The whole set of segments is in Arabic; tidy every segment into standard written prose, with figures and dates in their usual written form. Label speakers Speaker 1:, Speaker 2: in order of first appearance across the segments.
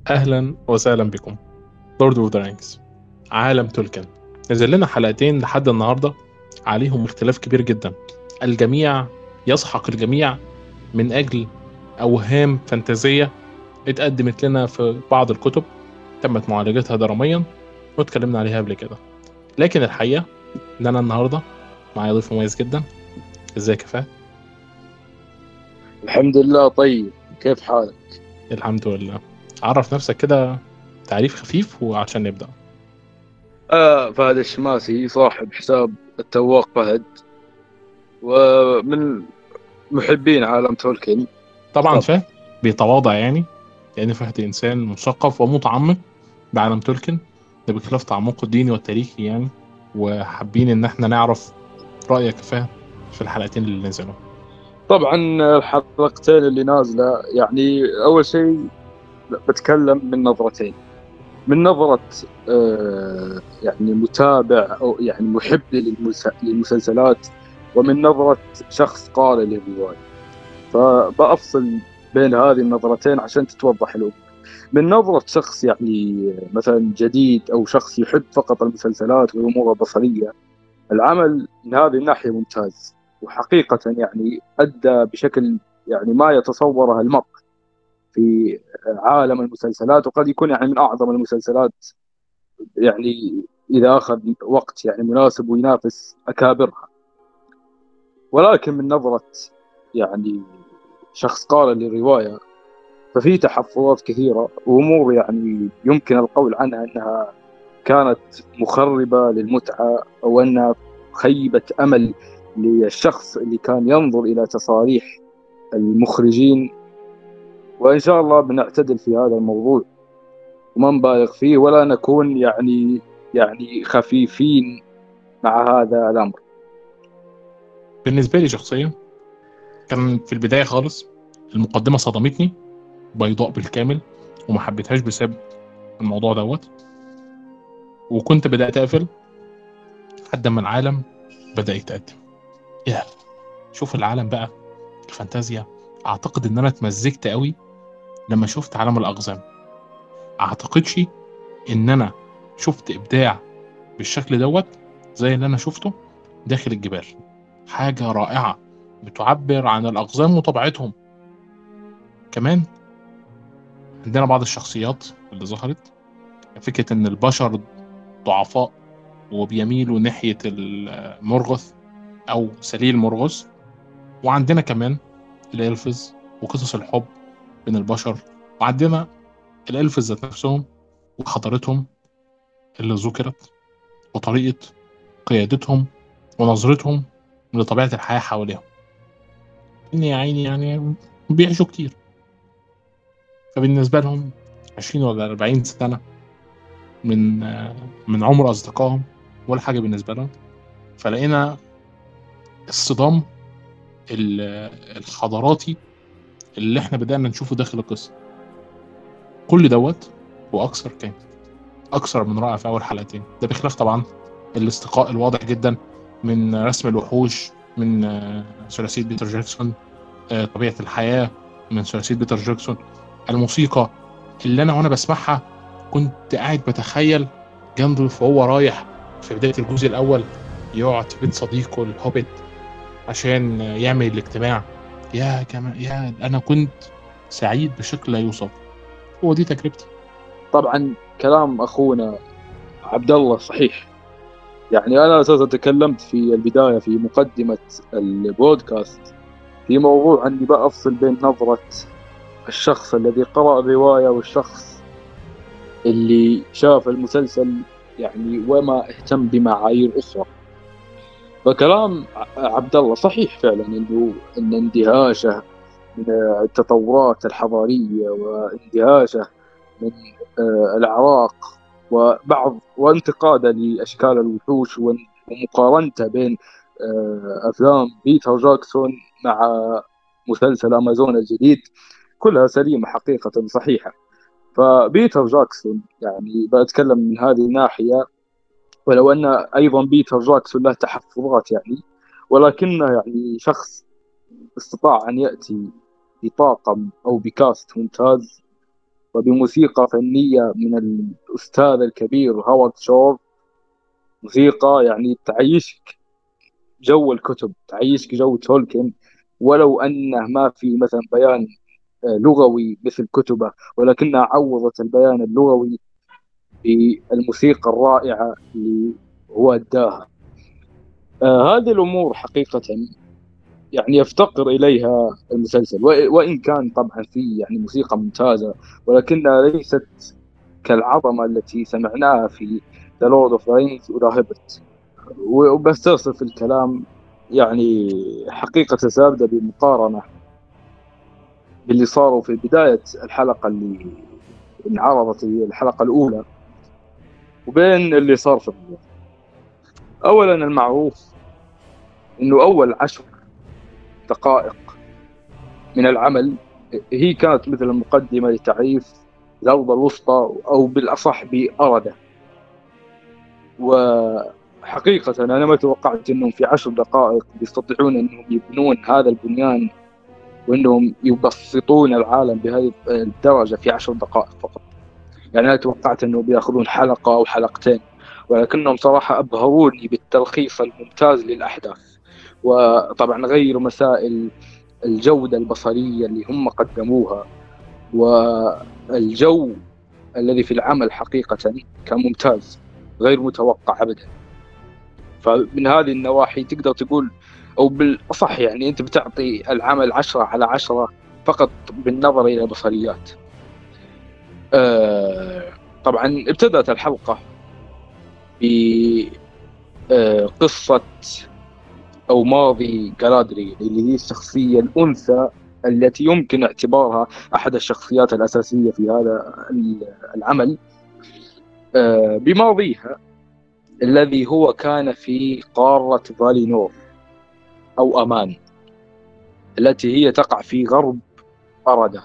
Speaker 1: أهلا وسهلا بكم. لورد اوف ذا رينجز، عالم تولكن. نزل لنا حلقتين لحد النهارده عليهم اختلاف كبير جدا. الجميع يسحق الجميع من أجل أوهام فانتازية اتقدمت لنا في بعض الكتب تمت معالجتها دراميا واتكلمنا عليها قبل كده. لكن الحقيقة إن أنا النهارده معايا ضيف مميز جدا. ازيك يا فهد؟
Speaker 2: الحمد لله. طيب، كيف حالك؟
Speaker 1: الحمد لله. عرف نفسك كده تعريف خفيف وعشان نبدأ.
Speaker 2: فهد الشماسي، صاحب حساب التواق فهد، ومن محبين عالم تولكين.
Speaker 1: طبعا
Speaker 2: تفضل.
Speaker 1: فهد بيتواضع يعني، لأن فهد إنسان مثقف ومتعمق بعالم تولكن، ده بخلاف تعمقه الديني والتاريخي يعني. وحابين إن احنا نعرف رأيك يا فهد في الحلقتين اللي نزلوا.
Speaker 2: طبعا، الحلقتين اللي نازلة، يعني أول شيء بتكلم من نظرتين. من نظرة يعني متابع أو يعني محب للمسلسلات، ومن نظرة شخص قارئ للرواية. فبأفصل بين هذه النظرتين عشان تتوضح الأمور. من نظرة شخص يعني مثلا جديد أو شخص يحب فقط المسلسلات والأمور البصرية، العمل من هذه الناحية ممتاز، وحقيقة يعني أدى بشكل يعني ما يتصوره المرء في عالم المسلسلات، وقد يكون يعني من أعظم المسلسلات، يعني إذا أخذ وقت يعني مناسب وينافس أكابرها. ولكن من نظرة يعني شخص قارئ للرواية، ففي تحفظات كثيرة وأمور يعني يمكن القول عنها أنها كانت مخربة للمتعة، أو أنها خيبة أمل للشخص اللي كان ينظر إلى تصاريح المخرجين. وإن شاء الله بنعتدل في هذا الموضوع وما نبالغ فيه، ولا نكون يعني خفيفين مع هذا الأمر.
Speaker 1: بالنسبة لي شخصيا كان في البداية خالص المقدمة صدمتني بيضاء بالكامل، وما حبيتهاش بسبب الموضوع دوت. وكنت بدأت أقفل لحد ما العالم بدأ يتقدم. يا شوف العالم بقى، الفانتازيا. أعتقد إن أنا اتمزجت قوي لما شفت عالم الأقزام. أعتقدش إن أنا شفت إبداع بالشكل دوت زي اللي أنا شفته داخل الجبال. حاجة رائعة بتعبر عن الأقزام وطبيعتهم. كمان عندنا بعض الشخصيات اللي ظهرت، فكرة إن البشر ضعفاء وبيميلوا ناحية المرغث أو سليل مرغث. وعندنا كمان الإلفز وقصص الحب بين البشر. وعندنا الإلفز ذات نفسهم وحضارتهم اللي ذكرت، وطريقة قيادتهم ونظرتهم لطبيعة الحياة حواليهم. إن يا عيني يعني بيعيشوا كتير، فبالنسبة لهم 20 ولا 40 سنة من من عمر أصدقائهم ولا حاجة بالنسبة لهم. فلقينا الصدام الحضاراتي اللي احنا بدأنا نشوفه داخل القصة. كل دوت وأكثر كان أكثر من رائع في أول حلقتين، ده بخلاف طبعا الاستقاء الواضح جدا من رسم الوحوش من ثلاثية بيتر جاكسون، طبيعة الحياة من ثلاثية بيتر جاكسون، الموسيقى اللي أنا وأنا بسمعها كنت قاعد بتخيل جاندلف وهو رايح في بداية الجزء الأول يقعد في بيت صديقه الهوبيت عشان يعمل الاجتماع. يا كمان يا أنا كنت سعيد بشكل لا يوصف. هو دي تجربتي.
Speaker 2: طبعا كلام أخونا عبد الله صحيح. يعني أنا أساسا تكلمت في البداية في مقدمة البودكاست في موضوع أني بأفصل بين نظرة الشخص الذي قرأ الرواية والشخص اللي شاف المسلسل يعني وما اهتم بمعايير أخرى. فكلام عبد الله صحيح فعلا، إن اندهاشه من التطورات الحضارية، واندهاشه من الأعراق، وانتقاده لأشكال الوحوش، ومقارنته بين أفلام بيتر جاكسون مع مسلسل أمازون الجديد، كلها سليمة حقيقة صحيحة. فبيتر جاكسون يعني بتكلم من هذه الناحية، ولو أن أيضا بيتر جاكسون له تحفظات يعني، ولكنه يعني شخص استطاع أن يأتي بطاقم أو بكاست ممتاز، وبموسيقى فنية من الأستاذ الكبير هوارد شور. موسيقى يعني تعيشك جو الكتب، تعيشك جو تولكن، ولو أنه ما في مثلا بيان لغوي مثل كتبه، ولكنها عوضت البيان اللغوي بالموسيقى الرائعة اللي هو أداها. هذه الأمور حقيقة يعني يفتقر إليها المسلسل، وإن كان طبعا فيه يعني موسيقى ممتازة، ولكنها ليست كالعظمة التي سمعناها في The Lord of the Rings و The Hobbit. وبستصف الكلام يعني حقيقة سأبدأ بمقارنة باللي صاروا في بداية الحلقة اللي انعرضت، هي الحلقة الأولى، وبين اللي صار في الرياض. أولا المعروف أنه أول 10 دقائق من العمل هي كانت مثل المقدمة لتعريف الأرض الوسطى، أو بالأصح بأردة. وحقيقة أنا ما توقعت أنهم في 10 دقائق بيستطيعون أنهم يبنون هذا البنيان، وأنهم يبسطون العالم بهذه الدرجة في 10 دقائق فقط. يعني أنا توقعت أنه بيأخذون حلقة أو حلقتين، ولكنهم صراحة أبهروني بالتلخيص الممتاز للأحداث. وطبعا غيروا مسائل الجودة البصرية اللي هم قدموها، والجو الذي في العمل حقيقة كان ممتاز غير متوقع أبدا. فمن هذه النواحي تقدر تقول، أو بالأصح يعني أنت بتعطي العمل 10/10 فقط بالنظر إلى البصريات. طبعا ابتدأت الحلقة بقصة أو ماضي غالادريل، اللي هي الشخصية الأنثى التي يمكن اعتبارها أحد الشخصيات الأساسية في هذا العمل، بماضيها الذي هو كان في قارة فالينور أو أمان، التي هي تقع في غرب أردة.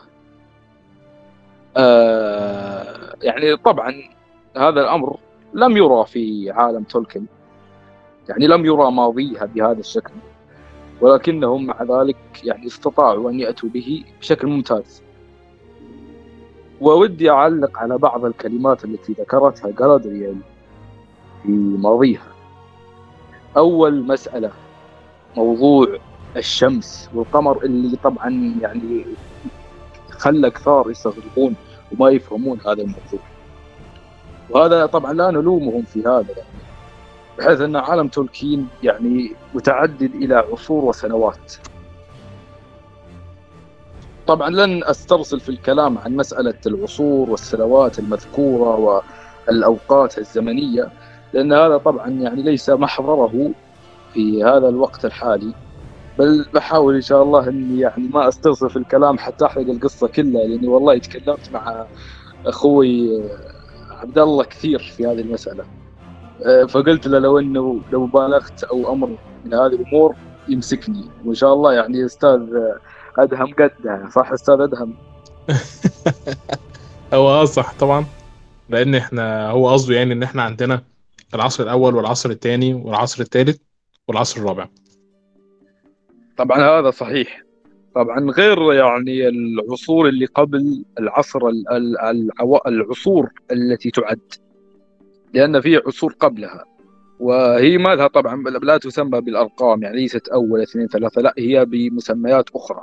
Speaker 2: يعني طبعا هذا الأمر لم يرى في عالم تولكن، يعني لم يرى ماضيها بهذا الشكل، ولكنهم مع ذلك يعني استطاعوا أن يأتوا به بشكل ممتاز. وودي أعلق على بعض الكلمات التي ذكرتها غالادريل في ماضيها. أول مسألة موضوع الشمس والقمر، اللي طبعا يعني خلى كثار يستغربون وما يفهمون هذا الموضوع، وهذا طبعا لا نلومهم في هذا، يعني بحيث أن عالم تولكين يعني متعدد إلى عصور وسنوات. طبعا لن أسترسل في الكلام عن مسألة العصور والسنوات المذكورة والأوقات الزمنية، لأن هذا طبعا يعني ليس محضره في هذا الوقت الحالي، بل بحاول إن شاء الله أني يعني ما أسترسل في الكلام حتى أحرق القصة كلها، لأني والله تكلمت مع أخوي عبد الله كثير في هذه المسألة، فقلت له لو بالغت أو أمر من هذه الأمور يمسكني، وإن شاء الله يعني أستاذ أدهم قدها، صح أستاذ أدهم؟
Speaker 1: هو صح طبعا، لان احنا هو قصده يعني ان احنا عندنا العصر الاول والعصر الثاني والعصر الثالث والعصر الرابع.
Speaker 2: طبعا هذا صحيح، طبعا غير يعني العصور اللي قبل العصر العصور التي تعد، لأن في عصور قبلها، وهي ما لها طبعا لا تسمى بالأرقام، يعني ليست أول 2 3، لا هي بمسميات أخرى.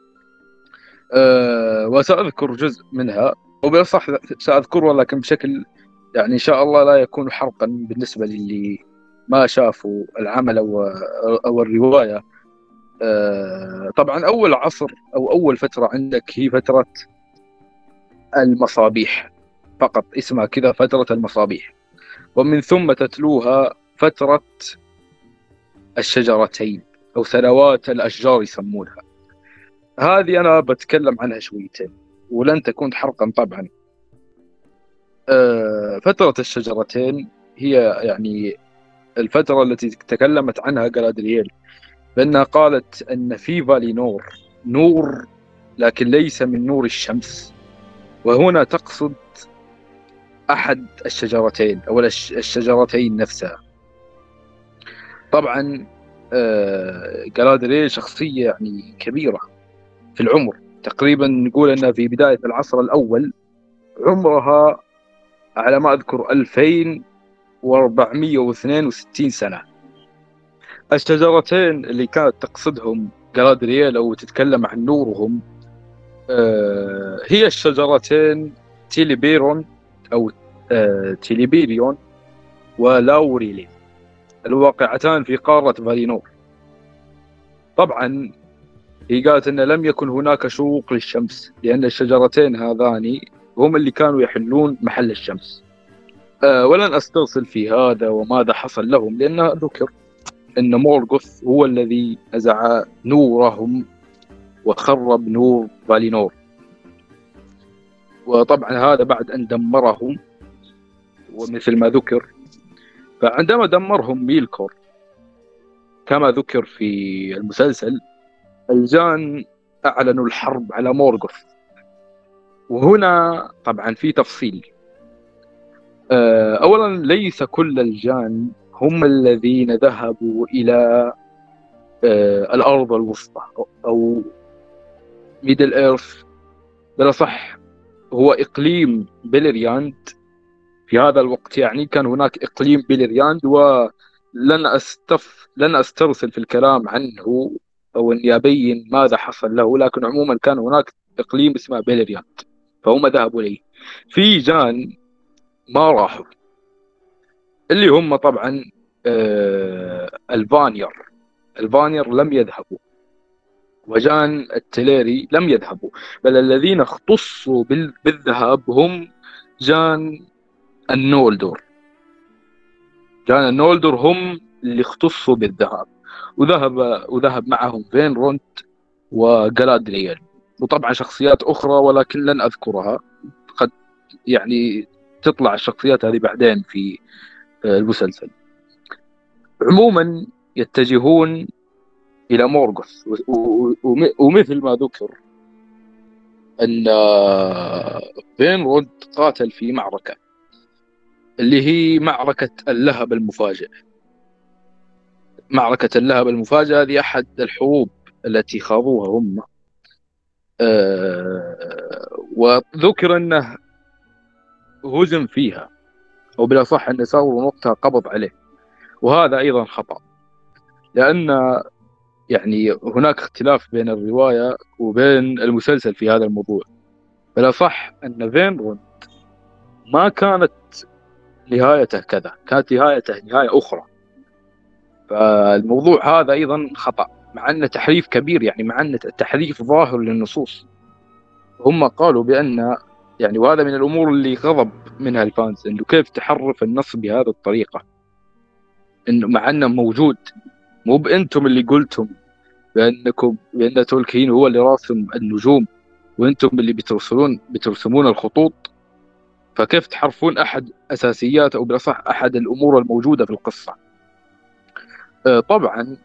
Speaker 2: وسأذكر جزء منها، وبالصح سأذكره لكن بشكل يعني إن شاء الله لا يكون حرقا بالنسبة للي ما شافوا العمل أو الرواية. طبعا أول عصر أو أول فترة عندك هي فترة المصابيح، فقط اسمها كذا فترة المصابيح، ومن ثم تتلوها فترة الشجرتين أو سنوات الأشجار يسمونها. هذه أنا بتكلم عنها شويتين ولن تكون حرقا طبعا. فترة الشجرتين هي يعني الفترة التي تكلمت عنها غالادرييل، لأنها قالت أن في فالينور نور، لكن ليس من نور الشمس، وهنا تقصد أحد الشجرتين أو الشجرتين نفسها. طبعا غالادرييل شخصية يعني كبيرة في العمر، تقريبا نقول أنها في بداية العصر الأول، عمرها على ما أذكر 2462 سنة. الشجرتين اللي كانت تقصدهم جالادرييل أو تتكلم عن نورهم هي الشجرتين تيليبيرون أو تيليبيريون ولاوريلين الواقعتان في قارة فالينور. طبعا هي قالت أن لم يكن هناك شروق للشمس لأن الشجرتين هذان هم اللي كانوا يحلون محل الشمس. ولن أسترسل في هذا وماذا حصل لهم، لأنه ذكر أن مورغوث هو الذي نزع نورهم وخرب نور فالينور، وطبعا هذا بعد أن دمرهم. ومثل ما ذكر، فعندما دمرهم ميلكور كما ذكر في المسلسل، الجان أعلنوا الحرب على مورغوث. وهنا طبعا في تفصيل. أولا ليس كل الجان هم الذين ذهبوا إلى الأرض الوسطى أو ميدل إيرث، بل صح هو إقليم بيليرياند في هذا الوقت. يعني كان هناك إقليم بيليرياند، ولن أسترسل في الكلام عنه أو أني أبين ماذا حصل له، لكن عموما كان هناك إقليم اسمه بيليرياند فهم ذهبوا إليه. في جان ما راحوا اللي هم طبعا الفانير لم يذهبوا، وجان التليري لم يذهبوا، بل الذين اختصوا بالذهاب هم جان النولدور. جان النولدور هم اللي اختصوا بالذهاب، وذهب معهم فينروند وجالادرييل، وطبعا شخصيات أخرى ولكن لن أذكرها، قد يعني تطلع الشخصيات هذه بعدين في المسلسل. عموما يتجهون إلى مورغوث، ومثل ما ذكر أن فينروند قاتل في معركة اللي هي معركة اللهب المفاجئ. معركة اللهب المفاجئة هذه أحد الحروب التي خاضوها هم، وذكر أنه هزم فيها، أو بالأصح أن ساورون وقتها قبض عليه، وهذا أيضا خطأ، لأن يعني هناك اختلاف بين الرواية وبين المسلسل في هذا الموضوع. بالأصح أن فينروند ما كانت نهايته كذا، كانت نهايته نهاية أخرى. فالموضوع هذا أيضا خطأ، مع أنه تحريف كبير، يعني مع أنه تحريف ظاهر للنصوص. هم قالوا بأن يعني، وهذا من الأمور اللي غضب منها الفانز، إنه كيف تحرف النص بهذه الطريقة، إنه مع أنه موجود. مو بأنتم اللي قلتم بأن تولكين هو اللي راسم النجوم، وأنتم اللي بترسمون الخطوط، فكيف تحرفون أحد أساسيات أو بالأصح أحد الأمور الموجودة في القصة. طبعا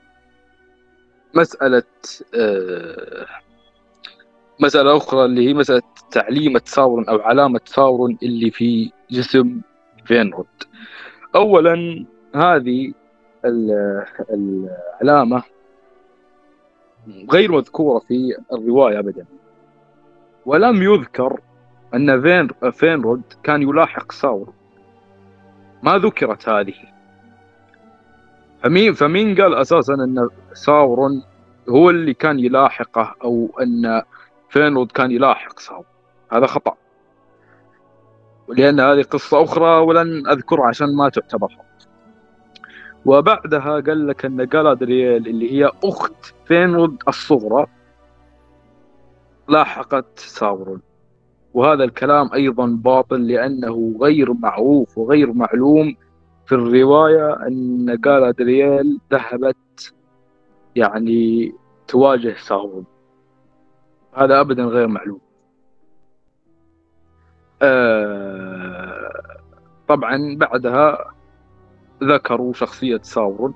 Speaker 2: مسألة أخرى اللي هي مسألة تعليمة ساورون أو علامة ساورون اللي في جسم فينروند. أولا هذه العلامة غير مذكورة في الرواية أبدا، ولم يذكر أن فينروند كان يلاحق ساورون، ما ذكرت هذه. فمين قال أساسا أن ساورون هو اللي كان يلاحقه، أو أن فينروند كان يلاحق ساورون؟ هذا خطأ، ولأن هذه قصة أخرى ولن أذكرها عشان ما تعتبر خطأ. وبعدها قال لك أن جالادرييل اللي هي أخت فينروند الصغرى لاحقت ساورون، وهذا الكلام أيضا باطل، لأنه غير معروف وغير معلوم في الرواية أن جالادرييل ذهبت يعني تواجه ساورون، هذا أبدا غير معلوم. طبعا بعدها ذكروا شخصية ساورون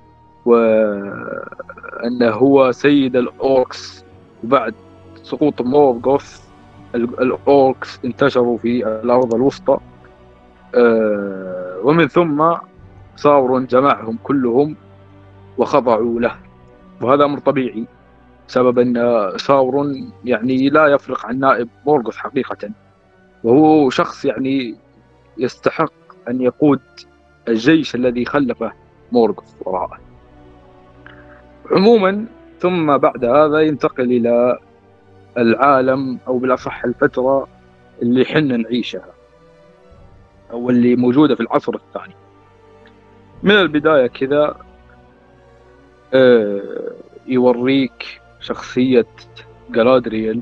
Speaker 2: وأنه هو سيد الأوركس، وبعد سقوط مورغوث الأوركس انتشروا في الأرض الوسطى، ومن ثم ساورون جمعهم كلهم وخضعوا له، وهذا أمر طبيعي بسبب أن ساورون يعني لا يفرق عن نائب مورغوث حقيقة، وهو شخص يعني يستحق أن يقود الجيش الذي خلفه مورغوث وراءه. عموما ثم بعد هذا ينتقل إلى العالم، أو بالأصح الفترة اللي حنا نعيشها، أو اللي موجودة في العصر الثاني. من البداية كذا يوريك شخصية جالادرييل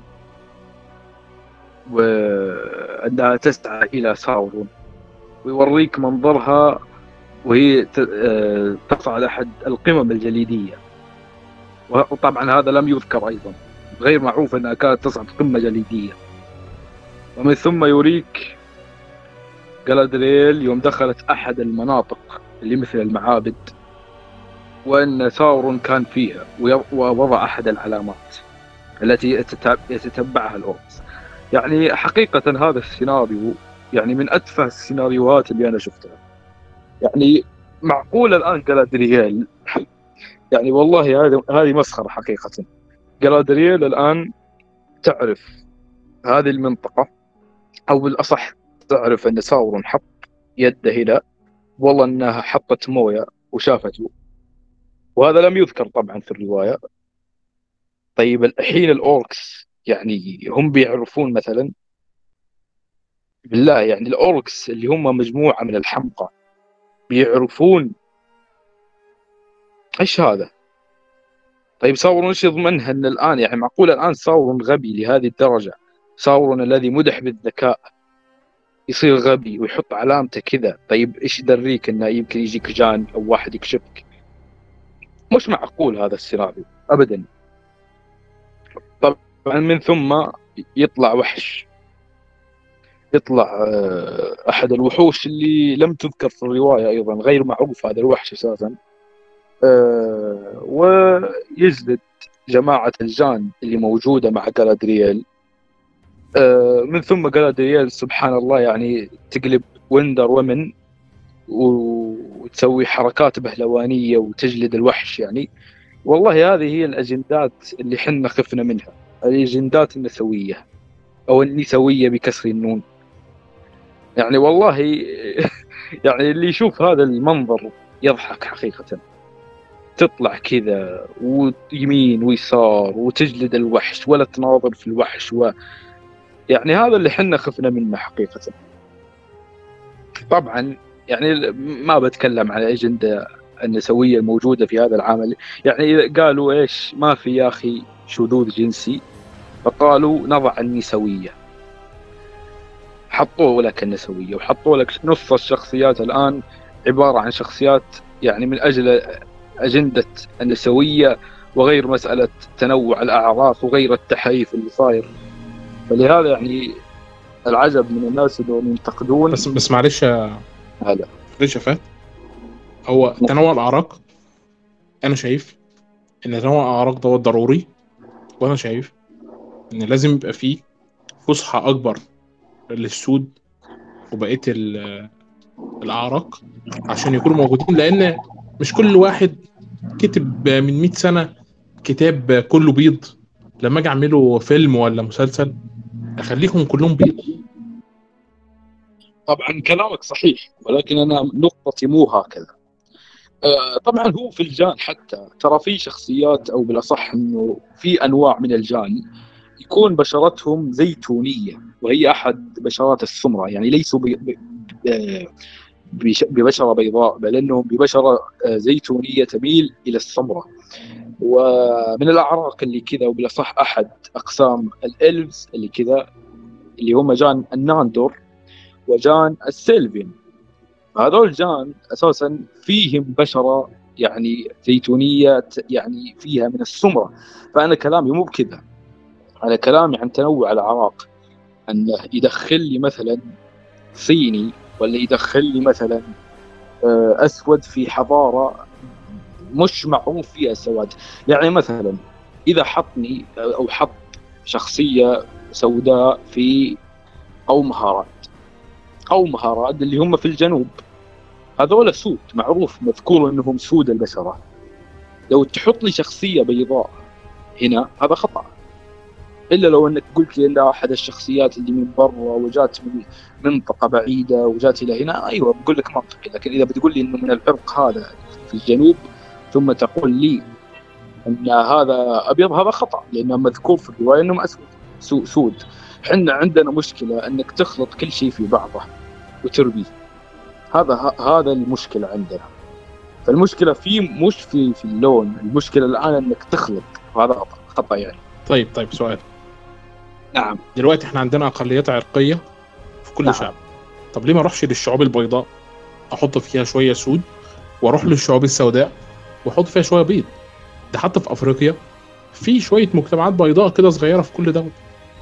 Speaker 2: وأنها تسعى إلى ساورون، ويوريك منظرها وهي تصعد أحد القمم الجليدية. وطبعا هذا لم يذكر أيضا، غير معروف أنها كانت تصعد قمة جليدية. ومن ثم يوريك جالادرييل يوم دخلت أحد المناطق اللي مثل المعابد، وأن ساورون كان فيها ووضع أحد العلامات التي يتتبعها الأوركس. يعني حقيقة هذا السيناريو يعني من أتفه السيناريوهات اللي أنا شفتها. يعني معقول الآن جالادرييل يعني والله هذه مسخرة حقيقة. جالادرييل الآن تعرف هذه المنطقة، أو بالأصح تعرف أن ساورون حط يده هنا، والله أنها حطت موية وشافته، وهذا لم يذكر طبعا في الرواية. طيب الحين الأوركس يعني هم بيعرفون مثلا، بالله يعني الأوركس اللي هم مجموعة من الحمقى بيعرفون إيش هذا؟ طيب ساورون إيش يضمنها أن الآن يعني معقول الآن ساورون غبي لهذه الدرجة؟ ساورون الذي مدح بالذكاء يصير غبي ويحط علامته كذا؟ طيب إيش يدريك أنه يمكن يجيك جان أو واحد يكشفك؟ مش معقول هذا السيناريو أبدا. طبعا من ثم يطلع وحش، يطلع أحد الوحوش اللي لم تذكر في الرواية أيضا، غير معروف هذا الوحش أساسا، ويجلد جماعة الجان اللي موجودة مع جالادرييل. من ثم جالادرييل سبحان الله يعني تقلب وندر ومن وتسوي حركات بهلوانية وتجلد الوحش. يعني والله هذه هي الأجندات اللي حنا خفنا منها، الأجندات النسوية أو النسوية بكسر النون. يعني والله يعني اللي يشوف هذا المنظر يضحك حقيقة. تطلع كذا ويمين ويسار وتجلد الوحش ولا تناظر في الوحش، يعني هذا اللي حنا خفنا منه حقيقة. طبعا يعني ما بتكلم عن الأجندة النسوية الموجودة في هذا العمل. يعني قالوا إيش ما في يا أخي شذوذ جنسي، فقالوا نضع النسوية، حطوا لك النسوية وحطوا لك نص الشخصيات الآن عبارة عن شخصيات يعني من أجل أجندة النسوية، وغير مسألة تنوع الأعراف وغير التحيف اللي صاير. فلهذا يعني العجب من الناس اللي ينتقدون.
Speaker 1: بس معلش
Speaker 2: هذا
Speaker 1: ليش فات هو تنوع الأعراق. أنا شايف إن تنوع الأعراق ده ضروري، وأنا شايف إن لازم يبقى فيه فسحة أكبر للسود وبقية الأعراق عشان يكونوا موجودين، لأن مش كل واحد كتب من 100 سنة كتاب كله بيض، لما أجي أعمله فيلم ولا مسلسل أخليهم كلهم بيض.
Speaker 2: طبعا كلامك صحيح، ولكن أنا نقطتي مو هكذا. طبعا هو في الجان حتى ترى في شخصيات، أو بالأصح أنه في أنواع من الجان يكون بشرتهم زيتونية، وهي أحد بشرات السمرة. يعني ليسوا ببشرة بيضاء، بل أنهم ببشرة زيتونية تميل إلى السمرة. ومن الأعراق اللي كذا، وبالأصح أحد أقسام الإلفز اللي كذا، اللي هم جان الناندور وجان السيلفين. هذول جان أساسا فيهم بشرة يعني زيتونية، يعني فيها من السمرة. فأنا كلامي مو بكذا، أنا كلامي عن تنوع الأعراق، أنه يدخل لي مثلا صيني، ولا يدخل لي مثلا أسود في حضارة مش معروف فيها السواد. يعني مثلا إذا حطني أو حط شخصية سوداء في قوم هاراد اللي هم في الجنوب، هذول سود معروف مذكور أنهم سود البشرة. لو تحط لي شخصية بيضاء هنا هذا خطأ. الا لو انك قلت لي انها احد الشخصيات اللي من برا وجات من منطقه بعيده وجات الى هنا، ايوه بقول لك منطقي. لكن اذا بتقول لي انه من العرق هذا في الجنوب ثم تقول لي ان هذا ابيض، هذا خطا، لانه مذكور في الروايه انهم اسود سود. حنا عندنا مشكله انك تخلط كل شيء في بعضه وتربيه، هذا المشكله عندنا. فالمشكله مش في اللون، المشكله الان انك تخلط، وهذا خطا يعني.
Speaker 1: طيب سؤال.
Speaker 2: نعم.
Speaker 1: دلوقتي احنا عندنا اقليات عرقيه في كل
Speaker 2: نعم.
Speaker 1: شعب. طب ليه ما اروحش للشعوب البيضاء احط فيها شويه سود، واروح للشعوب السوداء واحط فيها شويه بيض؟ ده حتى في افريقيا في شويه مجتمعات بيضاء كده صغيره في كل دوله.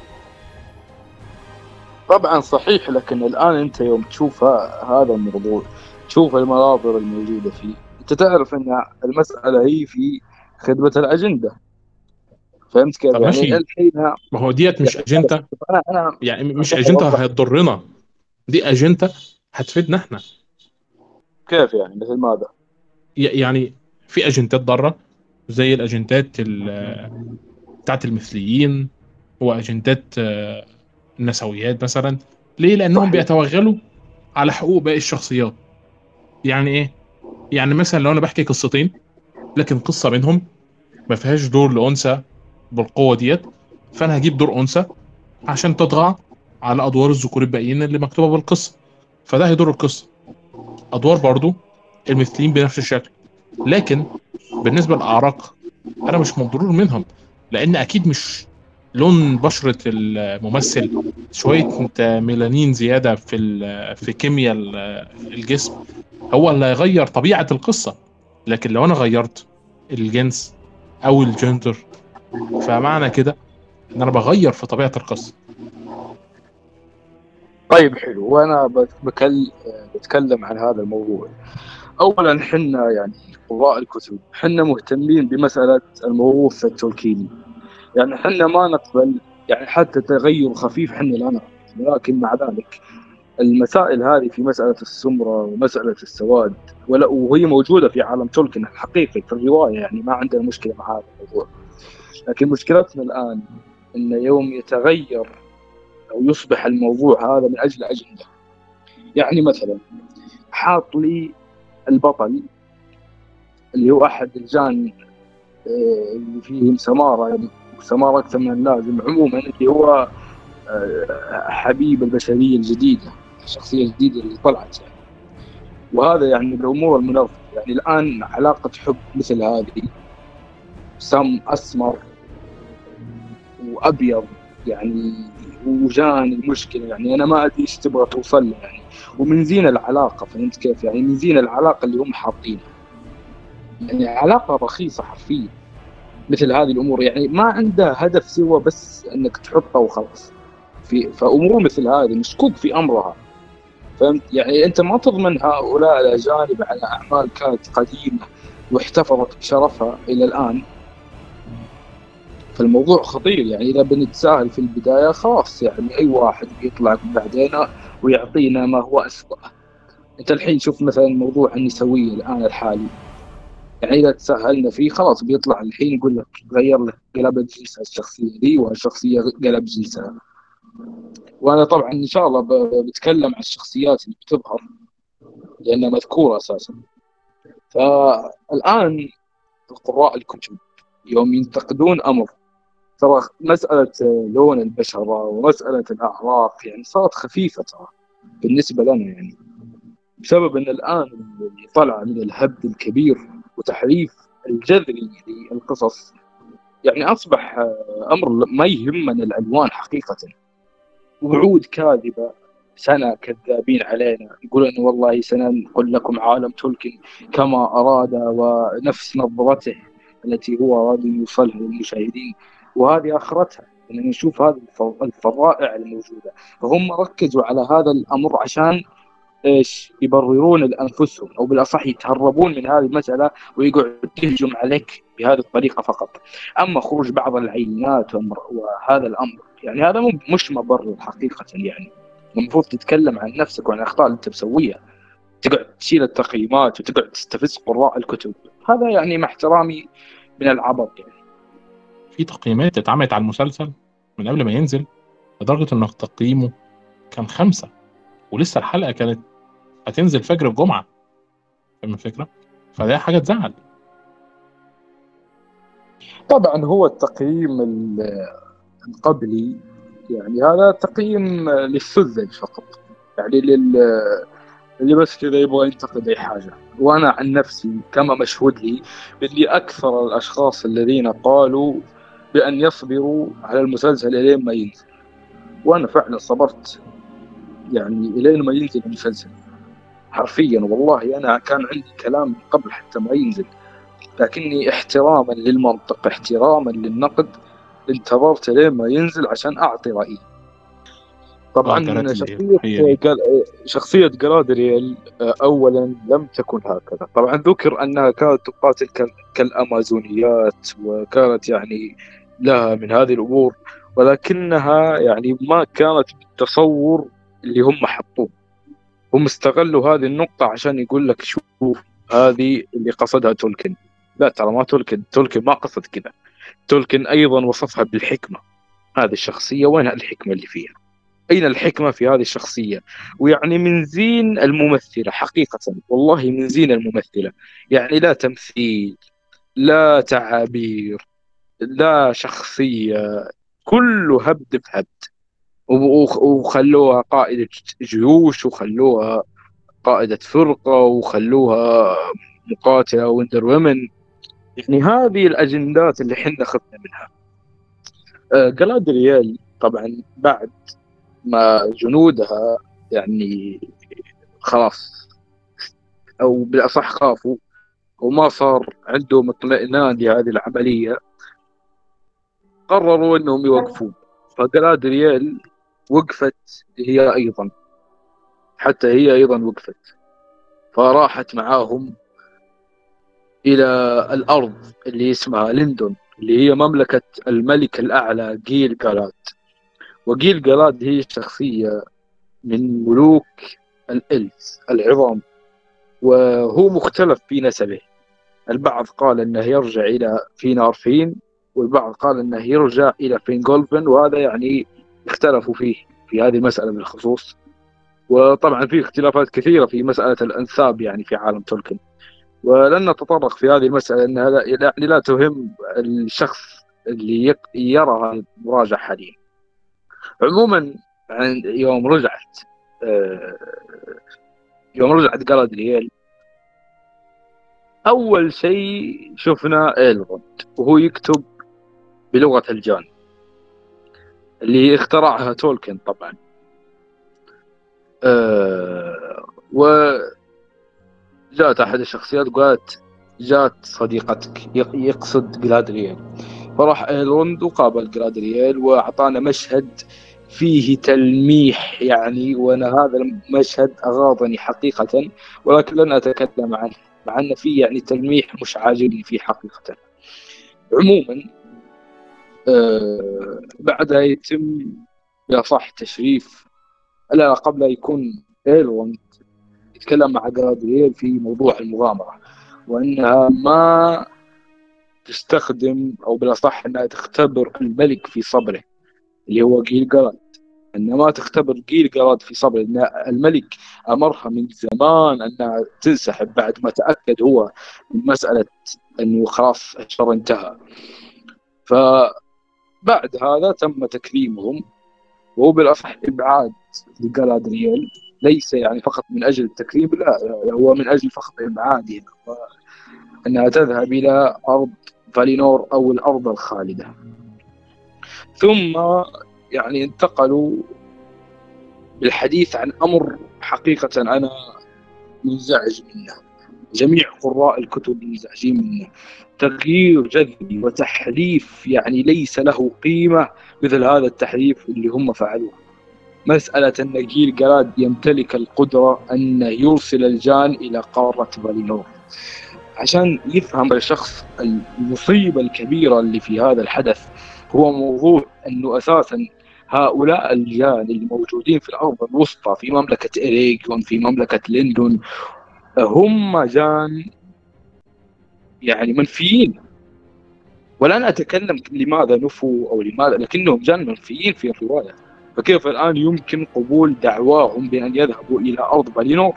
Speaker 2: طبعا صحيح، لكن الان انت يوم تشوف هذا الموضوع، تشوف المناظر الموجوده فيه، انت تعرف ان المساله هي في خدمه الاجنده. فهمت كيف؟
Speaker 1: طب
Speaker 2: يعني
Speaker 1: ماشي،
Speaker 2: الحين
Speaker 1: ما هو ديت مش
Speaker 2: يعني
Speaker 1: اجنده،
Speaker 2: انا
Speaker 1: يعني مش
Speaker 2: عشان
Speaker 1: اجنده
Speaker 2: اوضح
Speaker 1: هتضرنا، دي اجنده هتفيدنا احنا.
Speaker 2: كيف يعني مثل ماذا.
Speaker 1: يعني في اجندات ضاره زي الاجندات بتاعت المثليين، واجندات النسويات مثلا. ليه؟ لانهم
Speaker 2: صحيح.
Speaker 1: بيتوغلوا على حقوق باقي الشخصيات. يعني ايه؟ يعني مثلا لو انا بحكي قصتين لكن قصه منهم ما فيهاش دور لانثى بالقوه ديت، فانا هجيب دور انثى عشان تطغى على ادوار الذكور الباقيين اللي مكتوبه بالقصه، فده هيضر القصه. ادوار برضو المثليين بنفس الشكل. لكن بالنسبه للاعراق انا مش مضرور منهم، لان اكيد مش لون بشره الممثل شويه ميلانين زياده في كيمياء الجسم هو اللي هيغير طبيعه القصه. لكن لو انا غيرت الجنس او الجندر، فمعنى كده ان انا بغير في طبيعه القصه.
Speaker 2: طيب حلو، وانا بتكلم عن هذا الموضوع. اولا حنا يعني قراء الكتب حنا مهتمين بمساله الموروث التولكيني، يعني حنا ما نقبل يعني حتى تغير خفيف حنا لا نقبل. ولكن مع ذلك المسائل هذه في مسألة السمرة ومسألة السواد وهي موجودة في عالم تولكن الحقيقي في الرواية، يعني ما عندنا مشكلة مع هذا الموضوع. لكن مشكلتنا الآن إن يوم يتغير أو يصبح الموضوع هذا من أجل أجندة. يعني مثلا حاط لي البطل اللي هو أحد الجان اللي فيهم سمارة، يعني سمارة أكثر من اللازم عموما، اللي هو حبيب البشرية الجديدة، الشخصية الجديدة اللي طلعت يعني. وهذا يعني الأمور المنظمة. يعني الآن علاقة حب مثل هذه، سم أسمر وأبيض يعني، وجان المشكلة، يعني أنا ما أدري إيش تبغى توصل له يعني. ومن زين العلاقة، فهمت كيف؟ يعني من زين العلاقة اللي هم حاطينها، يعني علاقة رخيصة حرفيا. مثل هذه الأمور يعني ما عندها هدف سوى بس أنك تحطها وخلاص. فأمور مثل هذه مشكوك في أمرها، فهمت؟ يعني أنت ما تضمن هؤلاء الأجانب على أعمال كانت قديمة واحتفظت بشرفها إلى الآن. فالموضوع خطير يعني. إذا بنتساهل في البداية خلاص، يعني أي واحد بيطلع بعدين ويعطينا ما هو أسوأ. أنت الحين شوف مثلا موضوع النسوية الآن الحالي، يعني إذا تساهلنا فيه خلاص بيطلع الحين يقول لك غير لك قلبت جنسها الشخصية دي، والشخصية قلب جنسها. وأنا طبعا إن شاء الله بتكلم عن الشخصيات اللي بتظهر لأنها مذكورة أساسا. فالآن قراء الكتب يوم ينتقدون أمر، ترى مسألة لون البشرة ومسألة الأعراق يعني صارت خفيفة ترى بالنسبة لنا، يعني بسبب أن الآن اللي طلع من الهبد الكبير وتحريف الجذري للقصص، يعني أصبح أمر ما يهمنا الألوان حقيقة. وعود كاذبة، سنة كذابين علينا يقولون أنه والله سننقل لكم عالم تولكن كما أراد ونفس نظرته التي هو أراد أن يوصلها للمشاهدين، وهذه آخرتها أن نشوف هذه الفظائع الموجودة. فهم ركزوا على هذا الأمر عشان إيش؟ يبررون لأنفسهم، أو بالأصح يتهربون من هذه المسألة ويقعد يهجم عليك بهذه الطريقة فقط. أما خروج بعض العينات وهذا الأمر يعني هذا مش مبرر حقيقة. يعني المفروض تتكلم عن نفسك وعن الأخطاء اللي أنت مسويها، تقعد تشيل التقييمات وتقعد تستفز قراء الكتب. هذا يعني مع احترامي من العبط يعني.
Speaker 1: في تقييمات اتعملت على المسلسل من قبل ما ينزل، لدرجة إن تقييمه كان 5، ولسه الحلقة كانت هتنزل فجر الجمعة. فاهم الفكرة؟ فده حاجة تزعل.
Speaker 2: طبعا هو التقييم القبلي يعني هذا تقييم للسذج فقط، يعني اللي بس كذا يبغى ينتقد أي حاجة. وأنا عن نفسي كما مشهود لي باللي أكثر الأشخاص الذين قالوا بأن يصبروا على المسلسل إلين ما ينزل، وأنا فعلا صبرت يعني إلين ما ينزل المسلسل حرفيا. والله أنا كان عندي كلام من قبل حتى ما ينزل، لكني احتراما للمنطق احتراما للنقد انتظرت لين ما ينزل عشان أعطي رأيي. طبعا
Speaker 1: جراد هي دي.
Speaker 2: شخصية جلادريال أولا لم تكن هكذا. طبعا ذكر أنها كانت تقاتل كالأمازونيات، وكانت يعني لها من هذه الأمور، ولكنها يعني ما كانت بالتصور اللي هم حطوه. هم استغلوا هذه النقطة عشان يقول لك شوف هذه اللي قصدها تولكن. لا ترى ما تولكن ما قصد كذا. تولكن أيضا وصفها بالحكمة. هذه الشخصية وين الحكمة اللي فيها؟ أين الحكمة في هذه الشخصية؟ ويعني من زين الممثلة حقيقة، والله من زين الممثلة. يعني لا تمثيل، لا تعابير، لا شخصية، كله هبد في هبد. وخلوها قائدة جيوش، وخلوها قائدة فرقة، وخلوها مقاتلة وندر ومن. يعني هذه الأجندات اللي حنا خذنا منها. جلادريال طبعا بعد ما جنودها يعني خلاص، او بالاصح خافوا وما صار عندهم اطمئنان لهذه العمليه، قرروا انهم يوقفون. فجلادريال وقفت هي ايضا، حتى هي ايضا وقفت، فراحت معاهم الى الارض اللي اسمها لندن، اللي هي مملكه الملك الاعلى جيل جالاد. وجيل جالاد هي شخصيه من ملوك الإلز العظام، وهو مختلف في نسبه. البعض قال أنه يرجع إلى فينارفين، والبعض قال أنه يرجع إلى فينغولفن، وهذا يعني اختلفوا فيه في هذه المسألة بالخصوص. وطبعا في اختلافات كثيرة في مسألة الأنساب يعني في عالم تولكن، ولن نتطرق في هذه المسألة أنها يعني لا تهم الشخص اللي يرى المراجعة حاليا. عموما يوم رجعت آه، يوم رجعت جالادريال، أول شيء شفنا إيلروند وهو يكتب بلغة الجان اللي اخترعها تولكن طبعا. وجاءت أحد الشخصيات وقالت جات صديقتك، يقصد جلادريال. فراح إيلروند وقابل جلادريال وأعطانا مشهد فيه تلميح يعني، وأنا هذا المشهد أغاضني حقيقة، ولكن لن أتكلم عنه مع أن فيه يعني تلميح مش عاجبني فيه حقيقة. عموما بعدها يتم بصح تشريف، لا قبل يكون إيلروند يتكلم مع جلادريال في موضوع المغامرة، وأنها ما تستخدم أو بالأصح أنها تختبر الملك في صبره اللي هو جيل جالاد، أنها ما تختبر جيل جالاد في صبره، أن الملك أمرها من زمان أنها تنسحب بعد ما تأكد هو من مسألة أنه خلاص الشر انتهى. فبعد هذا تم تكريمهم، وهو بالأصح إبعاد لجالادريال، ليس يعني فقط من أجل التكريم، لا هو من أجل فقط إبعادها أنها تذهب إلى أرض فالينور أو الأرض الخالدة. ثم يعني انتقلوا بالحديث عن أمر حقيقة أنا منزعج منه، جميع قراء الكتب منزعجين منه، تغيير جذري وتحريف يعني ليس له قيمة مثل هذا التحريف اللي هم فعلوه. مسألة أن جيل جالاد يمتلك القدرة أن يرسل الجان إلى قارة فالينور، عشان يفهم الشخص المصيبة الكبيرة اللي في هذا الحدث. هو موضوع أنه أساسا هؤلاء الجان اللي موجودين في الأرض الوسطى في مملكة إريغون في مملكة لندن هم جان يعني منفيين، والآن أتكلم لماذا نفوا أو لماذا، لكنهم جانوا منفيين في الرواية، فكيف الآن يمكن قبول دعواهم بأن يذهبوا إلى أرض فالينور؟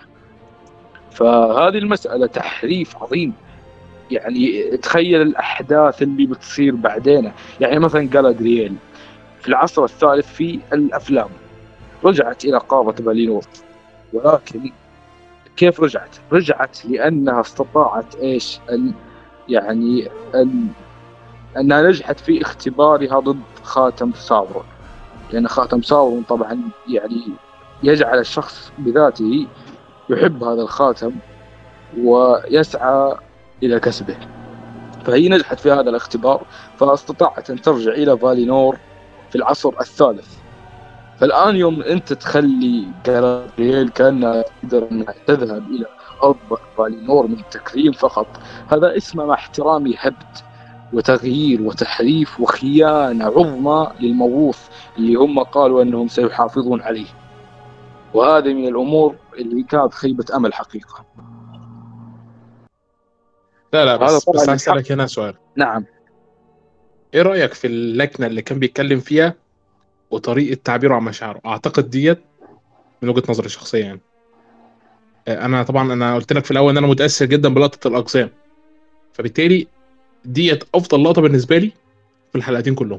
Speaker 2: فهذه المسألة تحريف عظيم. يعني تخيل الأحداث اللي بتصير بعدين. يعني مثلا جالادرييل في العصر الثالث في الأفلام رجعت إلى قارة فالينور، ولكن كيف رجعت؟ رجعت لأنها استطاعت إيش؟ يعني أنها نجحت في اختبارها ضد خاتم ساورون، لأن خاتم ساورون طبعا يعني يجعل الشخص بذاته يحب هذا الخاتم ويسعى إلى كسبه. فهي نجحت في هذا الاختبار، فاستطاعت أن ترجع إلى فالينور في العصر الثالث. فالآن يوم أنت تخلي جالادرييل كأنها تقدر أنها تذهب إلى أرض فالينور من تكريم فقط، هذا اسمه مع احترامي هبد وتغيير وتحريف وخيانة عظمى للموروث اللي هم قالوا أنهم سيحافظون عليه. وهذه من الأمور اللي كانت خيبة أمل حقيقة.
Speaker 1: لا لا،
Speaker 2: هذا
Speaker 1: بس
Speaker 2: طبعا
Speaker 1: عايز
Speaker 2: الحق.
Speaker 1: اسالك هنا سؤال.
Speaker 2: نعم.
Speaker 1: ايه رايك في اللكنه اللي كان بيتكلم فيها وطريقه تعبيره عن مشاعره؟ اعتقد ديت من وجهه نظري الشخصيه يعني. انا طبعا انا قلت لك في الاول ان انا متاثر جدا بلقطه الاقزام، فبالتالي ديت افضل لقطه بالنسبه لي في الحلقتين كلهم.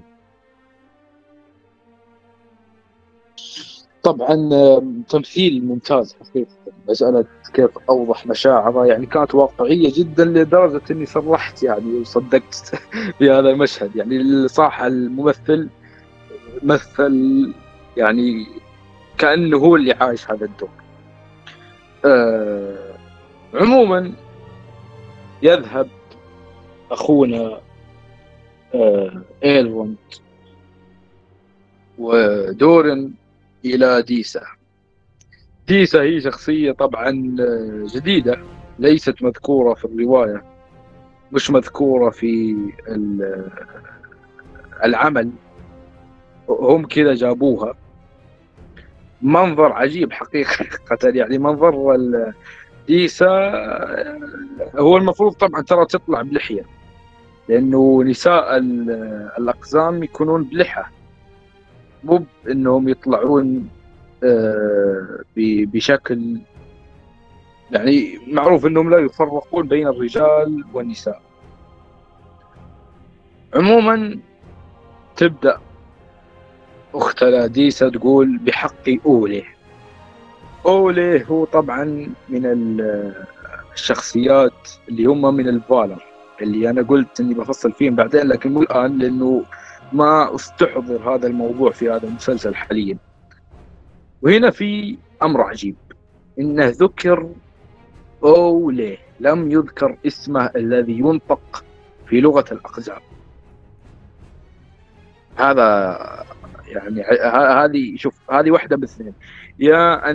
Speaker 2: طبعا تمثيل ممتاز حقيقة. مسألة كيف أوضح مشاعره يعني كانت واقعية جدا لدرجة أني صرحت يعني وصدقت في هذا المشهد. يعني صح الممثل مثل يعني كأنه هو اللي عايش هذا الدور. عموما يذهب أخونا إيلروند ودورن إلى ديسا. ديسا هي شخصية طبعا جديدة، ليست مذكورة في الرواية، مش مذكورة في العمل، هم كذا جابوها. منظر عجيب حقيقة يعني منظر ديسا هو المفروض طبعا ترى تطلع بلحية، لأنه نساء الأقزام يكونون بلحى، مو إنهم يطلعون بشكل يعني معروف إنهم لا يفرقون بين الرجال والنساء. عموما تبدأ أختنا ديسا تقول بحق أوليه. أوليه هو طبعا من الشخصيات اللي هم من الفالر، اللي أنا قلت إني بفصل فيهم بعدين، لكن مو الآن لأنه ما استحضر هذا الموضوع في هذا المسلسل حاليا. وهنا في أمر عجيب، إنه ذكر أوليه، لم يذكر اسمه الذي ينطق في لغة الأقزام. هذا يعني هذه شوف، هذه واحدة باثنين، يا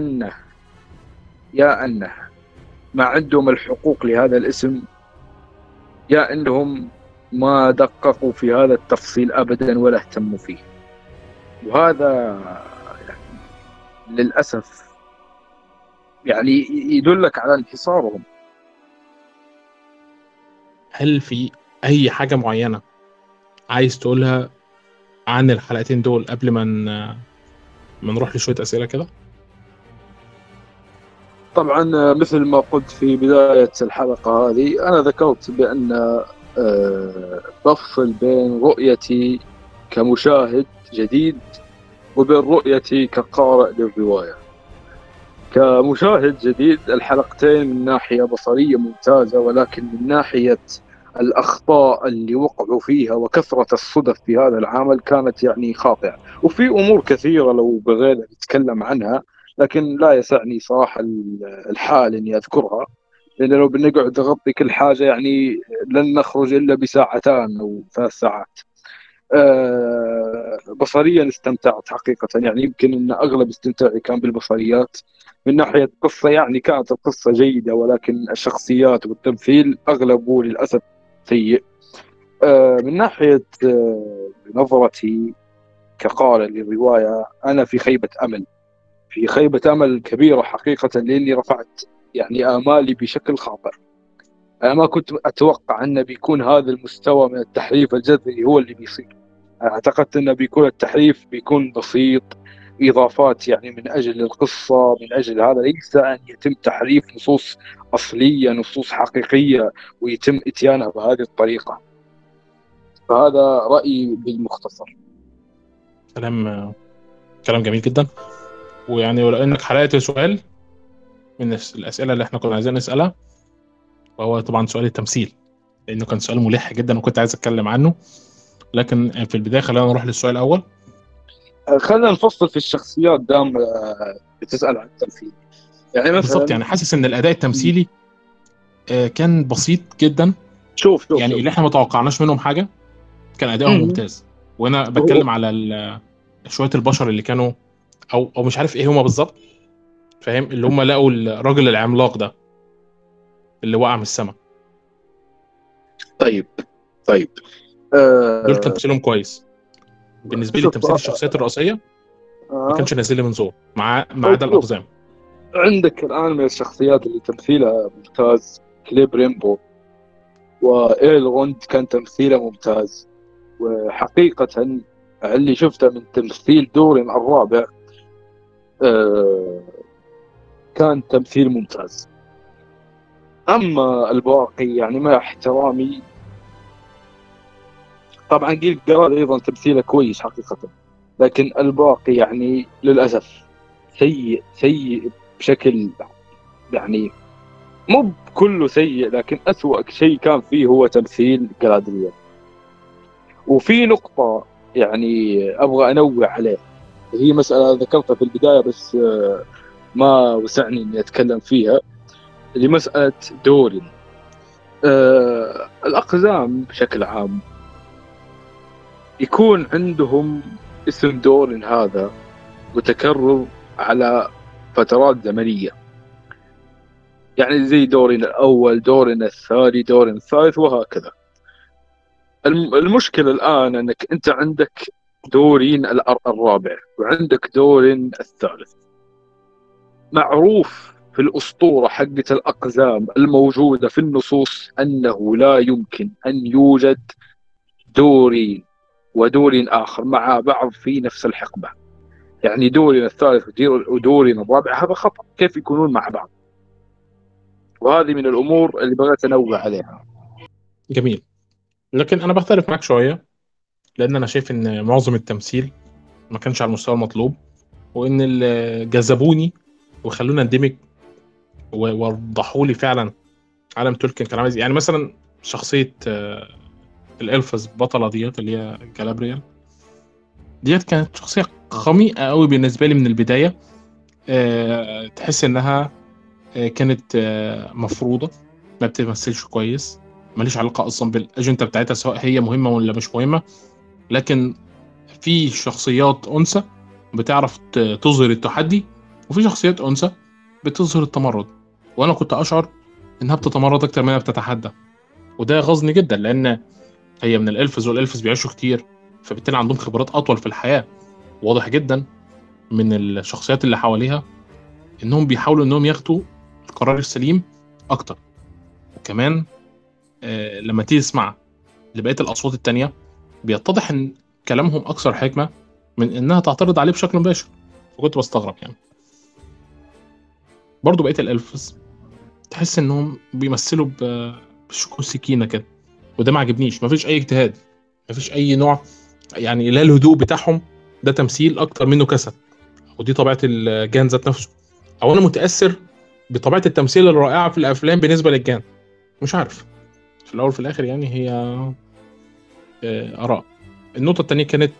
Speaker 2: أنه ما عندهم الحقوق لهذا الاسم، يا أنهم ما دققوا في هذا التفصيل أبدا ولا اهتموا فيه. وهذا يعني للأسف يعني يدلك على انحصارهم.
Speaker 1: هل في اي حاجه معينه عايز تقولها عن الحلقتين دول قبل ما نروح لشويه اسئله كده؟
Speaker 2: طبعا مثل ما قلت في بداية الحلقة هذه، أنا ذكرت بأن بفصل بين رؤيتي كمشاهد جديد وبين رؤيتي كقارئ للرواية. كمشاهد جديد الحلقتين من ناحية بصرية ممتازة، ولكن من ناحية الأخطاء اللي وقعوا فيها وكثرة الصدف في هذا العمل كانت يعني خاطئة. وفي أمور كثيرة لو بغينا نتكلم عنها، لكن لا يسعني صراحة الحال إني أذكرها، لأن لو بنقعد نغطي كل حاجة يعني لن نخرج إلا بساعتان أو 3 ساعات. بصريا استمتعت حقيقة، يعني يمكن أن أغلب استمتاعي كان بالبصريات. من ناحية قصة يعني كانت القصة جيدة، ولكن الشخصيات والتمثيل أغلبه للأسف سيء. من ناحية نظرتي كقارئ للرواية، أنا في خيبة أمل، في خيبة أمل كبيرة حقيقة، لأني رفعت يعني آمالي بشكل خاطئ. أنا ما كنت أتوقع أنه بيكون هذا المستوى من التحريف الجذري هو اللي بيصير. أنا اعتقدت أنه بيكون التحريف بيكون بسيط، إضافات يعني من أجل القصة، من أجل هذا، ليس أن يتم تحريف نصوص أصلية، نصوص حقيقية، ويتم إتيانها بهذه الطريقة. فهذا رأيي بالمختصر.
Speaker 1: كلام جميل جدا. ويعني ولو انك حرقت سؤال من الاسئله اللي احنا كنا عايزين نسالها، وهو طبعا سؤال التمثيل، لانه كان سؤال ملح جدا وكنت عايز اتكلم عنه. لكن في البدايه خلينا نروح للسؤال الاول.
Speaker 2: خلينا نفصل في الشخصيات دام بتسأل عن التمثيل. يعني
Speaker 1: بالظبط،
Speaker 2: مثلا
Speaker 1: يعني حاسس ان الاداء التمثيلي كان بسيط جدا.
Speaker 2: شوف شوف
Speaker 1: يعني
Speaker 2: شوف
Speaker 1: اللي احنا ما توقعناش منهم حاجه، كان ادائهم
Speaker 2: مم.
Speaker 1: ممتاز. وانا
Speaker 2: هو-
Speaker 1: بتكلم على شويه البشر اللي كانوا، او مش عارف ايه هما بالظبط، فاهم؟ اللي هم لقوا الراجل العملاق ده اللي وقع من السماء.
Speaker 2: طيب طيب
Speaker 1: دول كان
Speaker 2: آه
Speaker 1: تمثيلهم كويس. بالنسبه لي
Speaker 2: شوف
Speaker 1: تمثيل الشخصيات الرئيسيه ما
Speaker 2: آه
Speaker 1: كانش نازل لي من زور، ما
Speaker 2: طيب
Speaker 1: عدا
Speaker 2: شوف،
Speaker 1: الاقزام.
Speaker 2: عندك الآن من الشخصيات اللي تمثيلها ممتاز كليب ريمبو، وإيلروند كان تمثيله ممتاز. وحقيقة اللي شفته من تمثيل دورين الرابع آه كان تمثيل ممتاز. أما الباقي يعني مع احترامي، طبعا جيل جراد أيضا تمثيله كويس حقيقة، لكن الباقي يعني للأسف سيء سيء بشكل، يعني مو كله سيء، لكن أسوأ شيء كان فيه هو تمثيل جلادريال. وفي نقطة يعني أبغى أنوه عليه، هي مسألة ذكرتها في البداية بس ما وسعني إني أتكلم فيها، اللي مسألة دورين. الأقزام بشكل عام يكون عندهم اسم دورين هذا متكرر على فترات زمنية، يعني زي دورين الأول، دورين الثاني، دورين الثالث، وهكذا. المشكلة الآن أنك أنت عندك دورين الرابع وعندك دورين الثالث. معروف في الأسطورة حقة الأقزام الموجودة في النصوص أنه لا يمكن أن يوجد دورين ودورين آخر مع بعض في نفس الحقبة. يعني دورين الثالث ودورين الرابع هذا خطأ، كيف يكونون مع بعض؟ وهذه من الأمور اللي بغيت أنوه عليها.
Speaker 1: جميل. لكن انا بختلف معاك شويه، لان انا شايف ان معظم التمثيل ما كانش على المستوى المطلوب، وان اللي جذبوني وخلونا اندمج ووضحوا لي فعلا عالم تولكن كان عايز، يعني مثلا شخصيه الالفز البطله ديت اللي هي جالابريال ديت، كانت شخصيه خميئه قوي بالنسبه لي من البدايه. تحس انها كانت مفروضه، ما بتمثلش كويس، ماليش علاقه اصلا بالاجنده بتاعتها سواء هي مهمه ولا مش مهمه. لكن في شخصيات انثى بتعرف تظهر التحدي، وفي شخصيات انثى بتظهر التمرد، وانا كنت اشعر انها بتتمرد اكتر منها بتتحدى. وده غاظني جدا، لان هي من الالفز، والالفز بيعيشوا كتير، فبالتالي عندهم خبرات اطول في الحياه. واضح جدا من الشخصيات اللي حواليها انهم بيحاولوا انهم ياخدوا القرار السليم اكتر. وكمان لما تيجي تسمع لبقيه الاصوات التانية، بيتضح ان كلامهم اكثر حكمه من انها تعترض عليه بشكل مباشر. فكنت بستغرب يعني. برضو بقيه الالفز تحس انهم بيمثلوا بشكل سكينه كده، وده ما عجبنيش. مفيش اي اجتهاد، مفيش اي نوع، يعني لا الهدوء بتاعهم ده تمثيل اكتر منه كسل. ودي طبيعه الجان ذات نفسه، او انا متاثر بطبيعه التمثيل الرائعه في الافلام بالنسبه للجان. مش عارف، في الاول وفي الاخر يعني هي اراء. النقطه الثانيه كانت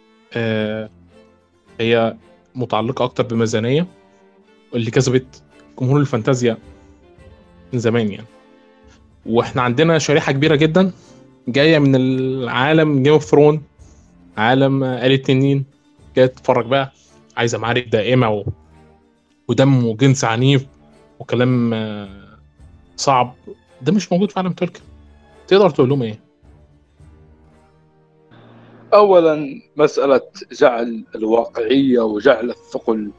Speaker 1: هي متعلقه اكتر بميزانيه اللي كسبت جمهور الفانتازيا من زمان يعني. واحنا عندنا شريحه كبيره جدا جايه من العالم جيم اوف ثرون، عالم آلة التنين، جايه تتفرج بقى، عايزه معارك دائمه ودم وجنس عنيف وكلام صعب. ده مش موجود في عالم تركيا. تقدر تقول لهم ايه؟
Speaker 2: أولا مسألة جعل الواقعية وجعل الثقل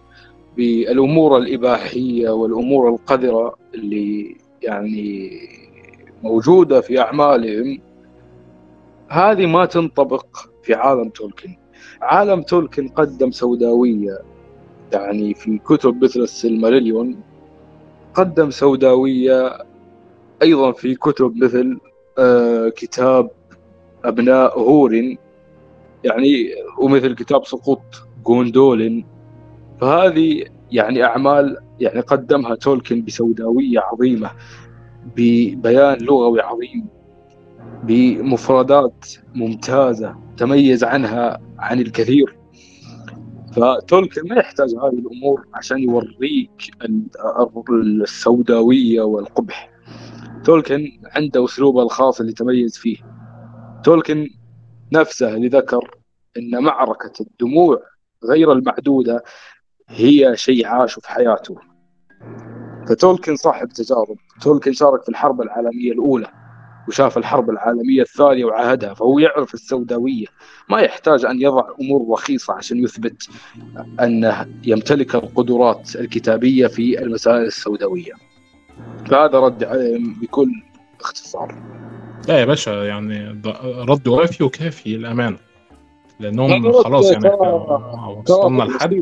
Speaker 2: بالأمور الإباحية والأمور القذرة اللي يعني موجودة في أعمالهم هذه ما تنطبق في عالم تولكن. عالم تولكن قدم سوداوية، يعني في كتب مثل السيلماريليون قدم سوداوية، أيضا في كتب مثل كتاب أبناء هورن، يعني ومثل كتاب سقوط جوندولين. فهذه يعني أعمال يعني قدمها تولكن بسوداوية عظيمة، ببيان لغوي عظيم، بمفردات ممتازة تميز عنها عن الكثير. فتولكن ما يحتاج هذه الأمور عشان يوريك السوداوية والقبح. تولكن عنده أسلوبه الخاص اللي تميز فيه. تولكن نفسه اللي ذكر أن معركة الدموع غير المعدودة هي شيء عاشه في حياته. فتولكن صاحب تجارب، تولكن شارك في الحرب العالمية الأولى وشاف الحرب العالمية الثانية وعاهدها، فهو يعرف السوداوية. ما يحتاج أن يضع أمور رخيصة عشان يثبت أنه يمتلك القدرات الكتابية في المسائل السوداوية. فهذا رد عليهم بكل اختصار.
Speaker 1: لا يا باشا، يعني رد وافي وكافي الأمان،
Speaker 2: هذا
Speaker 1: لأنهم خلاص
Speaker 2: رد
Speaker 1: يعني احنا وصلنا
Speaker 2: ترى
Speaker 1: لحد.
Speaker 2: بسيط،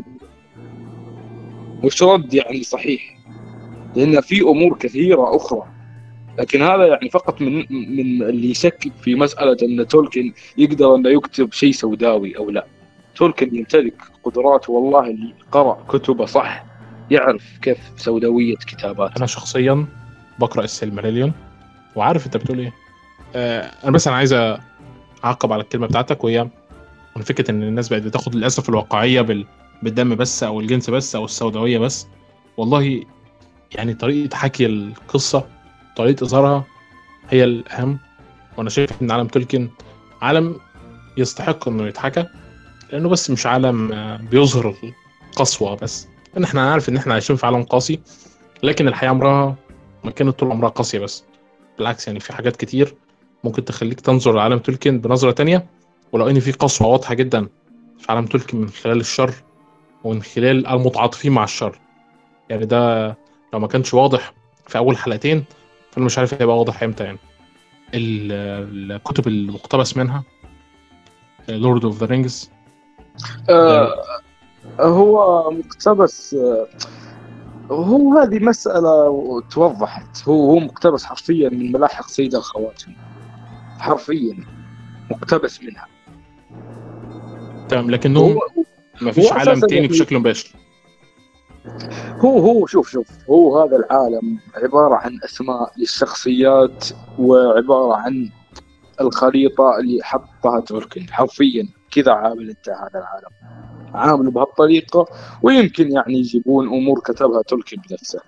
Speaker 2: مش رد يعني صحيح، لأن في أمور كثيرة أخرى. لكن هذا يعني فقط من اللي يشكك في مسألة أن تولكن يقدر أن يكتب شيء سوداوي أو لا. تولكن يمتلك قدرات، والله اللي قرأ كتبه صح يعرف كيف سوداوية كتاباته.
Speaker 1: أنا شخصيا بقرأ السيلماريليون وعارف أنت بتقول إيه. أنا بس عايز أعقب على الكلمة بتاعتك، وهي من فكرة إن الناس بقت بتاخد للأسف الواقعية بالدم بس، أو الجنس بس، أو السوداوية بس. والله يعني طريقة حكي القصة، طريقة إظهارها هي الأهم. وأنا شايف إن عالم تولكن عالم يستحق إنه يتحكى، لأنه بس مش عالم بيظهر القسوة بس. إن إحنا عارف إن إحنا عايشين في عالم قاسي، لكن الحياة عمرها ما كانت طول عمرها قاسية بس. بالعكس، يعني في حاجات كتير ممكن تخليك تنظر لعالم تولكن بنظرة تانية. ولو إن في قسوة واضحة جدا في عالم تولكن من خلال الشر، ومن خلال المتعاطفين مع الشر، يعني ده لو ما كانش واضح في أول حلقتين، فأنا مش عارف هيبقى واضح إمتى يعني. الكتب المقتبس منها لورد اوف ذا رينجز.
Speaker 2: آه هو مقتبس، هو هذه مسألة توضحت. هو مقتبس حرفيا من ملاحق سيد الخواتم، حرفيا مقتبس منها.
Speaker 1: تمام،
Speaker 2: هو
Speaker 1: لكنهم ما
Speaker 2: هو
Speaker 1: فيش عالم
Speaker 2: أساسا
Speaker 1: تاني
Speaker 2: يعني
Speaker 1: بشكل مباشر.
Speaker 2: هو شوف هو هذا العالم عبارة عن أسماء للشخصيات، وعبارة عن الخريطة اللي حطها تولكن. حرفيا كذا عامل انت هذا العالم، عامله بهالطريقة. ويمكن يعني يجيبون أمور كتبها تولكن بنفسه.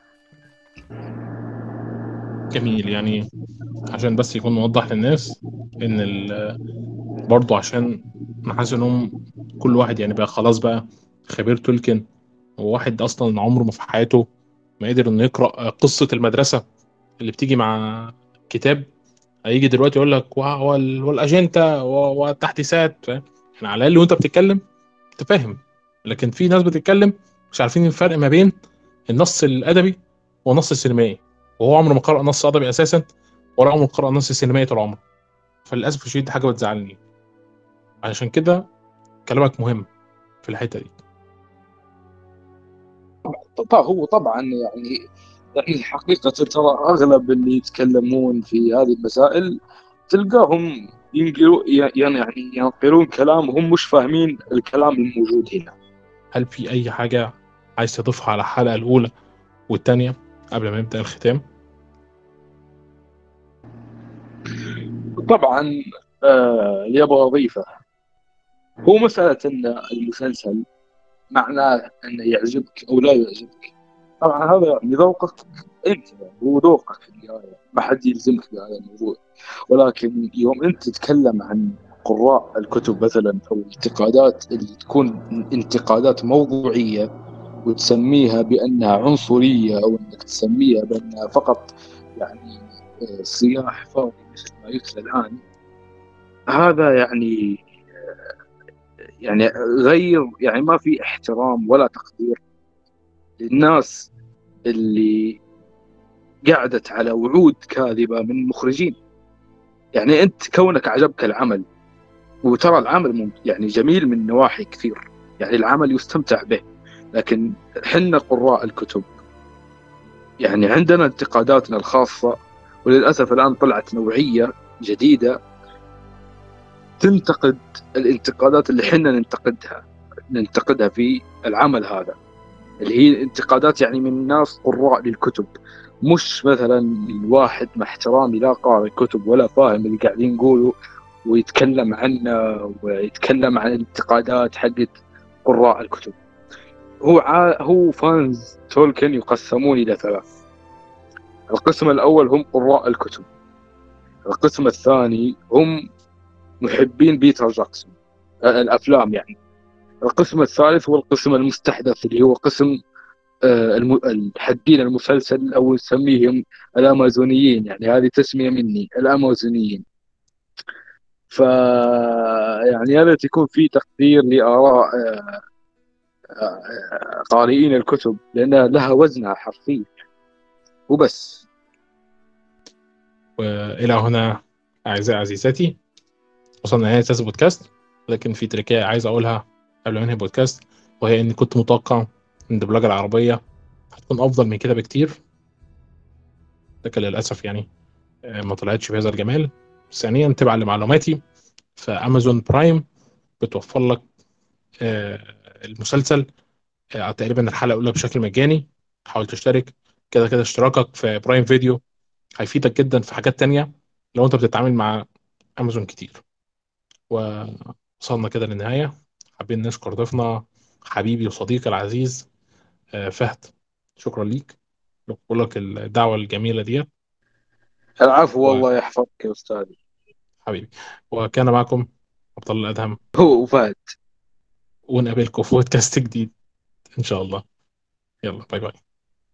Speaker 1: جميل، يعني عشان بس يكون موضح للناس ان برضه عشان انا حاسس انهم كل واحد يعني بقى خلاص بقى خبير تولكن. وواحد اصلا عمره ما في حياته ما قدر انه يقرا قصه المدرسه اللي بتيجي مع كتاب، هيجي دلوقتي يقول لك والاجنتا والتحديثات، فاهم؟ احنا على الاقل وانت بتتكلم انت فاهم. لكن في ناس بتتكلم مش عارفين الفرق ما بين النص الادبي والنص السينمائي، وهو عمره ما قرأ نص ادبي اساسا، ولا عمره قرأ نص سينمائي طول عمره. فللاسف الشديد دي حاجه بتزعلني. عشان كده كلامك مهم في الحته دي.
Speaker 2: هو طبعا يعني حقيقة ترى أغلب اللي يتكلمون في هذه المسائل تلقاهم يعني ينقلون كلام هم مش فاهمين الكلام الموجود هنا.
Speaker 1: هل في اي حاجه عايز تضيفها على الحلقه الاولى والثانيه قبل ما نبدا الختام؟
Speaker 2: طبعا اللي أبغى أضيفه هو مسألة أن المسلسل معناه أنه يعجبك أو لا يعجبك. طبعا هذا يعني ذوقك أنت، يعني هو ذوقك في النهاية، ما حد يلزمك بهذا الموضوع. ولكن يوم أنت تتكلم عن قراء الكتب مثلا، أو الانتقادات اللي تكون انتقادات موضوعية، وتسميها بأنها عنصرية، أو أنك تسميها بأنها فقط يعني صياح فاضي مثل ما يقال الآن، هذا يعني غير، يعني ما في احترام ولا تقدير للناس اللي قعدت على وعود كاذبة من مخرجين. يعني أنت كونك عجبك العمل، وترى العمل يعني جميل من نواحي كثير، يعني العمل يستمتع به، لكن حنا قراء الكتب يعني عندنا انتقاداتنا الخاصة. وللأسف الآن طلعت نوعية جديدة تنتقد الانتقادات اللي حنا ننتقدها في العمل هذا، اللي هي انتقادات يعني من ناس قراء للكتب، مش مثلا الواحد مع احترامي لا قارئ كتب ولا فاهم اللي قاعدين نقوله ويتكلم عنه ويتكلم عن الانتقادات حقت قراء الكتب. هو فانز تولكن يقسمون إلى ثلاث. القسم الأول هم قراء الكتب، القسم الثاني هم محبين بيتر جاكسون، الأفلام يعني. القسم الثالث هو القسم المستحدث اللي هو قسم حقين المسلسل، أو نسميهم الأمازونيين، يعني هذه تسمية مني، الأمازونيين. ف يعني هذا يكون في تقدير لآراء قارئين الكتب، لأنها لها وزنها حرفيا وبس.
Speaker 1: وإلى هنا أعزائي عزيزاتي وصلنا لنهاية هذا البودكاست، لكن في تركية عايز أقولها قبل ما ننهي البودكاست، وهي إني كنت متوقع إن الدبلجة العربية هتكون أفضل من كده بكتير، لكن للأسف يعني ما طلعتش بهذا الجمال. ثانيا، تبع لمعلوماتي فأمازون برايم بتوفر لك المسلسل تقريبا الحلقة الأولى بشكل مجاني. حاول تشترك، كده كده اشتراكك في برايم فيديو هيفيدك جدا في حاجات تانية لو انت بتتعامل مع امازون كتير. وصلنا كده للنهاية. حابين نشكر ضيفنا حبيبي وصديقي العزيز فهد، شكرا ليك، بقول لك الدعوة الجميلة دي.
Speaker 2: العفو، والله يحفظك يا أستاذي.
Speaker 1: وحبيبي، وكان معكم عبد الله الأدهم،
Speaker 2: هو وفهد.
Speaker 1: ونقابلكم في بودكاست جديد إن شاء الله. يلا باي باي.